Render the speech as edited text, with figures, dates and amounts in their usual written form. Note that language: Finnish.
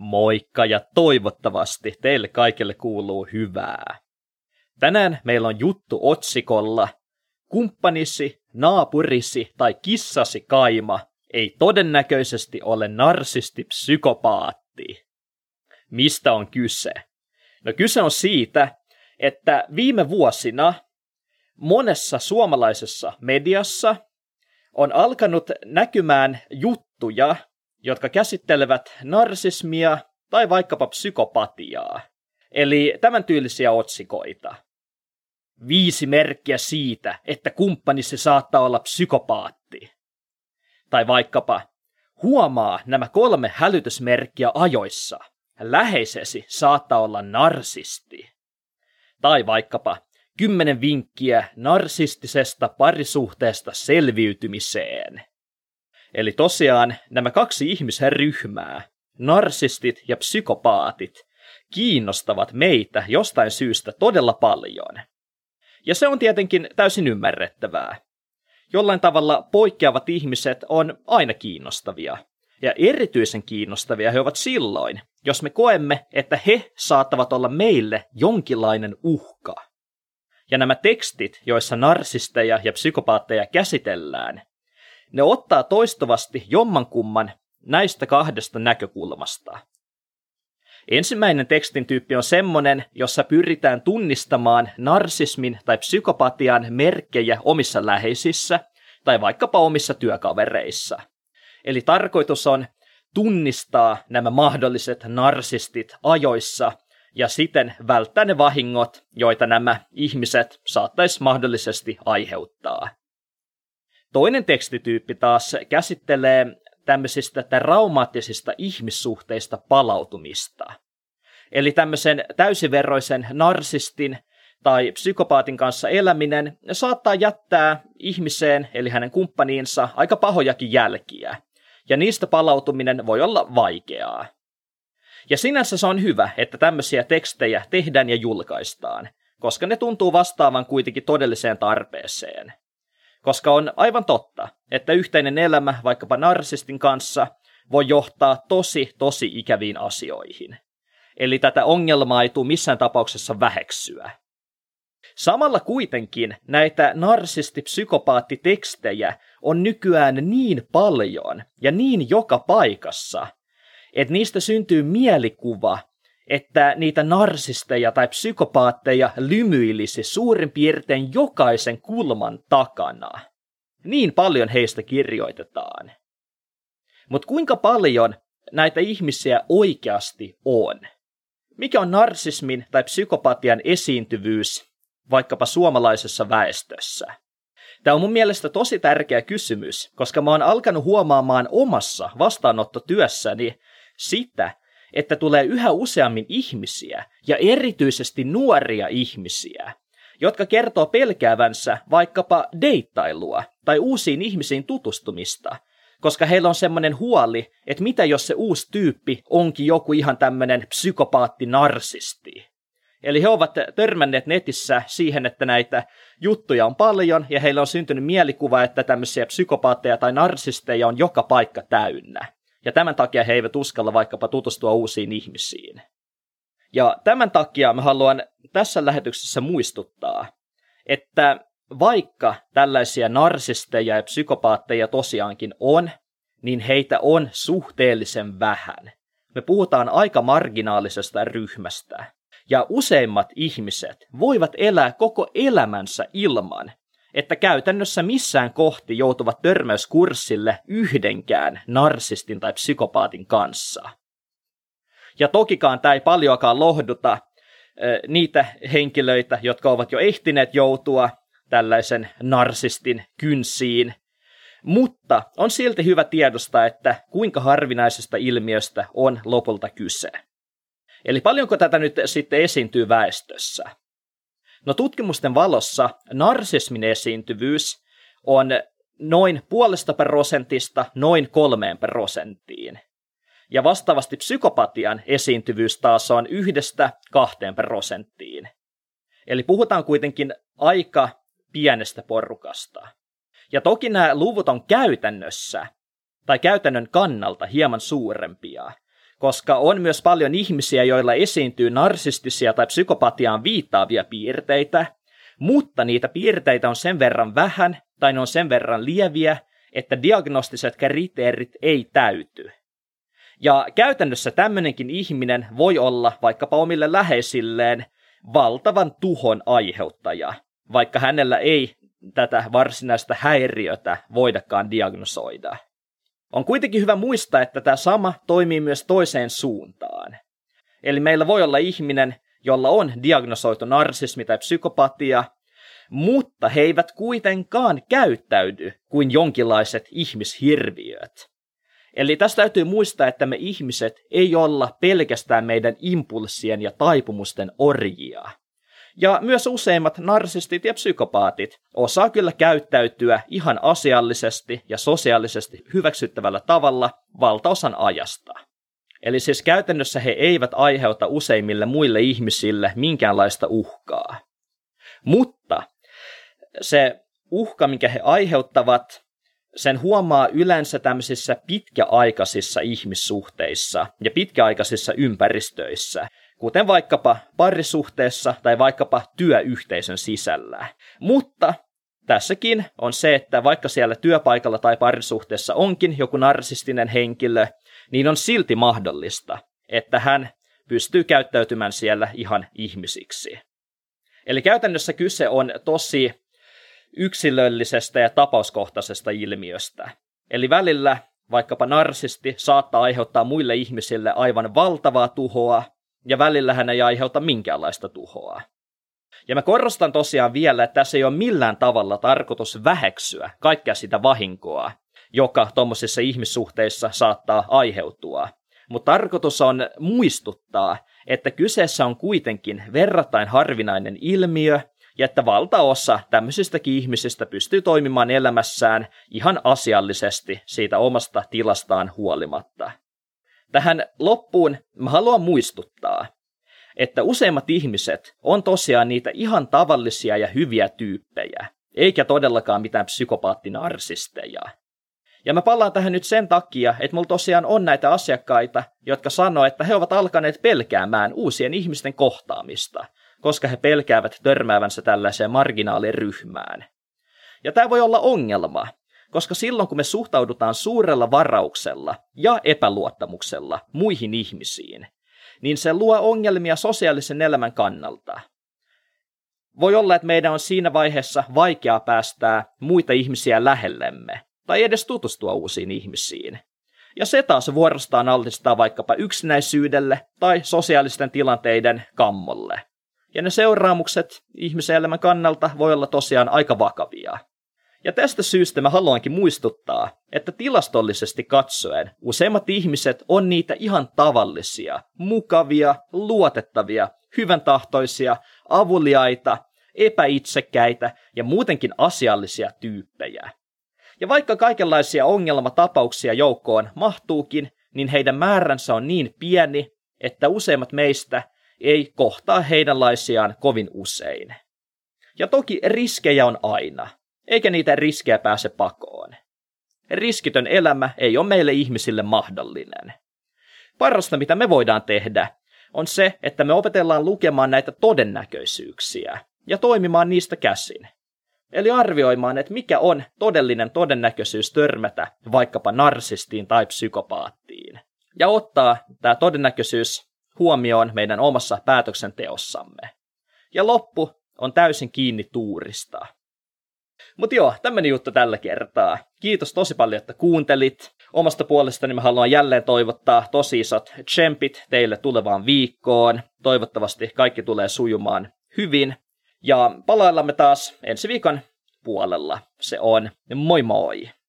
Moikka ja toivottavasti teille kaikille kuuluu hyvää. Tänään meillä on juttu otsikolla Kumppanisi, naapurisi tai kissasi kaima ei todennäköisesti ole narsisti-psykopaatti. Mistä on kyse? No kyse on siitä, että viime vuosina monessa suomalaisessa mediassa on alkanut näkymään juttuja, jotka käsittelevät narsismia tai vaikkapa psykopatiaa. Eli tämän tyylisiä otsikoita. 5 merkkiä siitä, että kumppanisi saattaa olla psykopaatti. Tai vaikkapa, huomaa nämä 3 hälytysmerkkiä ajoissa. Läheisesi saattaa olla narsisti. Tai vaikkapa, 10 vinkkiä narsistisesta parisuhteesta selviytymiseen. Eli tosiaan nämä 2 ihmisryhmää, narsistit ja psykopaatit, kiinnostavat meitä jostain syystä todella paljon. Ja se on tietenkin täysin ymmärrettävää. Jollain tavalla poikkeavat ihmiset on aina kiinnostavia. Ja erityisen kiinnostavia he ovat silloin, jos me koemme, että he saattavat olla meille jonkinlainen uhka. Ja nämä tekstit, joissa narsisteja ja psykopaatteja käsitellään, ne ottaa toistuvasti jommankumman näistä 2 näkökulmasta. Ensimmäinen tekstin tyyppi on semmoinen, jossa pyritään tunnistamaan narsismin tai psykopatian merkkejä omissa läheisissä tai vaikkapa omissa työkavereissa. Eli tarkoitus on tunnistaa nämä mahdolliset narsistit ajoissa ja siten välttää ne vahingot, joita nämä ihmiset saattaisi mahdollisesti aiheuttaa. Toinen tekstityyppi taas käsittelee tämmöisistä traumaattisista ihmissuhteista palautumista. Eli tämmöisen täysiveroisen narsistin tai psykopaatin kanssa eläminen saattaa jättää ihmiseen, eli hänen kumppaniinsa, aika pahojakin jälkiä. Ja niistä palautuminen voi olla vaikeaa. Ja sinänsä se on hyvä, että tämmöisiä tekstejä tehdään ja julkaistaan, koska ne tuntuu vastaavan kuitenkin todelliseen tarpeeseen. Koska on aivan totta, että yhteinen elämä vaikkapa narsistin kanssa voi johtaa tosi ikäviin asioihin. Eli tätä ongelmaa ei tule missään tapauksessa väheksyä. Samalla kuitenkin näitä narsisti-psykopaattitekstejä on nykyään niin paljon ja niin joka paikassa, että niistä syntyy mielikuva, että niitä narsisteja tai psykopaatteja lymyilisi suurin piirtein jokaisen kulman takana. Niin paljon heistä kirjoitetaan. Mutta kuinka paljon näitä ihmisiä oikeasti on? Mikä on narsismin tai psykopatian esiintyvyys vaikkapa suomalaisessa väestössä? Tämä on mun mielestä tosi tärkeä kysymys, koska mä oon alkanut huomaamaan omassa vastaanottotyössäni sitä, että tulee yhä useammin ihmisiä, ja erityisesti nuoria ihmisiä, jotka kertoo pelkäävänsä vaikkapa deittailua tai uusiin ihmisiin tutustumista, koska heillä on semmoinen huoli, että mitä jos se uusi tyyppi onkin joku ihan tämmöinen psykopaatti-narsisti. Eli he ovat törmänneet netissä siihen, että näitä juttuja on paljon, ja heillä on syntynyt mielikuva, että tämmöisiä psykopaatteja tai narsisteja on joka paikka täynnä. Ja tämän takia he eivät uskalla vaikkapa tutustua uusiin ihmisiin. Ja tämän takia mä haluan tässä lähetyksessä muistuttaa, että vaikka tällaisia narsisteja ja psykopaatteja tosiaankin on, niin heitä on suhteellisen vähän. Me puhutaan aika marginaalisesta ryhmästä. Ja useimmat ihmiset voivat elää koko elämänsä ilman, että käytännössä missään kohti joutuvat törmäyskurssille yhdenkään narsistin tai psykopaatin kanssa. Ja tokikaan tämä ei paljoakaan lohduta niitä henkilöitä, jotka ovat jo ehtineet joutua tällaisen narsistin kynsiin, mutta on silti hyvä tiedostaa, että kuinka harvinaisesta ilmiöstä on lopulta kyse. Eli paljonko tätä nyt sitten esiintyy väestössä? No tutkimusten valossa narsismin esiintyvyys on noin 0,5% noin 3%. Ja vastaavasti psykopatian esiintyvyys taas on 1–2%. Eli puhutaan kuitenkin aika pienestä porukasta. Ja toki nämä luvut on käytännössä tai käytännön kannalta hieman suurempia, koska on myös paljon ihmisiä, joilla esiintyy narsistisia tai psykopatiaan viittaavia piirteitä, mutta niitä piirteitä on sen verran vähän tai ne on sen verran lieviä, että diagnostiset kriteerit ei täyty. Ja käytännössä tämmöinenkin ihminen voi olla vaikkapa omille läheisilleen valtavan tuhon aiheuttaja, vaikka hänellä ei tätä varsinaista häiriötä voidakaan diagnosoida. On kuitenkin hyvä muistaa, että tämä sama toimii myös toiseen suuntaan. Eli meillä voi olla ihminen, jolla on diagnosoitu narsismi tai psykopatia, mutta he eivät kuitenkaan käyttäydy kuin jonkinlaiset ihmishirviöt. Eli tästä täytyy muistaa, että me ihmiset ei olla pelkästään meidän impulssien ja taipumusten orjia. Ja myös useimmat narsistit ja psykopaatit osaa kyllä käyttäytyä ihan asiallisesti ja sosiaalisesti hyväksyttävällä tavalla valtaosan ajasta. Eli siis käytännössä he eivät aiheuta useimmille muille ihmisille minkäänlaista uhkaa. Mutta se uhka, minkä he aiheuttavat, sen huomaa yleensä tämmöisissä pitkäaikaisissa ihmissuhteissa ja pitkäaikaisissa ympäristöissä, kuten vaikkapa parisuhteessa tai vaikkapa työyhteisön sisällä. Mutta tässäkin on se, että vaikka siellä työpaikalla tai parisuhteessa onkin joku narsistinen henkilö, niin on silti mahdollista, että hän pystyy käyttäytymään siellä ihan ihmisiksi. Eli käytännössä kyse on tosi yksilöllisestä ja tapauskohtaisesta ilmiöstä. Eli välillä vaikkapa narsisti saattaa aiheuttaa muille ihmisille aivan valtavaa tuhoa, ja välillä hän ei aiheuta minkäänlaista tuhoa. Ja mä korostan tosiaan vielä, että tässä ei ole millään tavalla tarkoitus väheksyä kaikkea sitä vahinkoa, joka tuommoisissa ihmissuhteissa saattaa aiheutua. Mutta tarkoitus on muistuttaa, että kyseessä on kuitenkin verrattain harvinainen ilmiö, ja että valtaosa tämmöisistäkin ihmisistä pystyy toimimaan elämässään ihan asiallisesti siitä omasta tilastaan huolimatta. Tähän loppuun mä haluan muistuttaa, että useimmat ihmiset on tosiaan niitä ihan tavallisia ja hyviä tyyppejä, eikä todellakaan mitään psykopaattinarsisteja. Ja mä palaan tähän nyt sen takia, että mulla tosiaan on näitä asiakkaita, jotka sanoo, että he ovat alkaneet pelkäämään uusien ihmisten kohtaamista, koska he pelkäävät törmäävänsä tällaiseen marginaaliryhmään. Ja tämä voi olla ongelma, koska silloin kun me suhtaudutaan suurella varauksella ja epäluottamuksella muihin ihmisiin, niin se luo ongelmia sosiaalisen elämän kannalta. Voi olla, että meidän on siinä vaiheessa vaikeaa päästää muita ihmisiä lähellemme, tai edes tutustua uusiin ihmisiin. Ja se taas vuorostaan altistaa vaikkapa yksinäisyydelle tai sosiaalisten tilanteiden kammolle. Ja ne seuraamukset ihmisen elämän kannalta voi olla tosiaan aika vakavia. Ja tästä syystä mä haluankin muistuttaa, että tilastollisesti katsoen useimmat ihmiset on niitä ihan tavallisia, mukavia, luotettavia, hyväntahtoisia, avuliaita, epäitsekkäitä ja muutenkin asiallisia tyyppejä. Ja vaikka kaikenlaisia ongelmatapauksia joukkoon mahtuukin, niin heidän määränsä on niin pieni, että useimmat meistä ei kohtaa heidänlaisiaan kovin usein. Ja toki riskejä on aina, eikä niitä riskejä pääse pakoon. Riskitön elämä ei ole meille ihmisille mahdollinen. Parasta, mitä me voidaan tehdä, on se, että me opetellaan lukemaan näitä todennäköisyyksiä ja toimimaan niistä käsin. Eli arvioimaan, että mikä on todellinen todennäköisyys törmätä vaikkapa narsistiin tai psykopaattiin. Ja ottaa tämä todennäköisyys huomioon meidän omassa päätöksenteossamme. Ja loppu on täysin kiinni tuurista. Mutta joo, tämmöinen juttu tällä kertaa. Kiitos tosi paljon, että kuuntelit. Omasta puolestani mä haluan jälleen toivottaa tosi isot tsempit teille tulevaan viikkoon. Toivottavasti kaikki tulee sujumaan hyvin. Ja palaillamme taas ensi viikon puolella. Se on moi moi!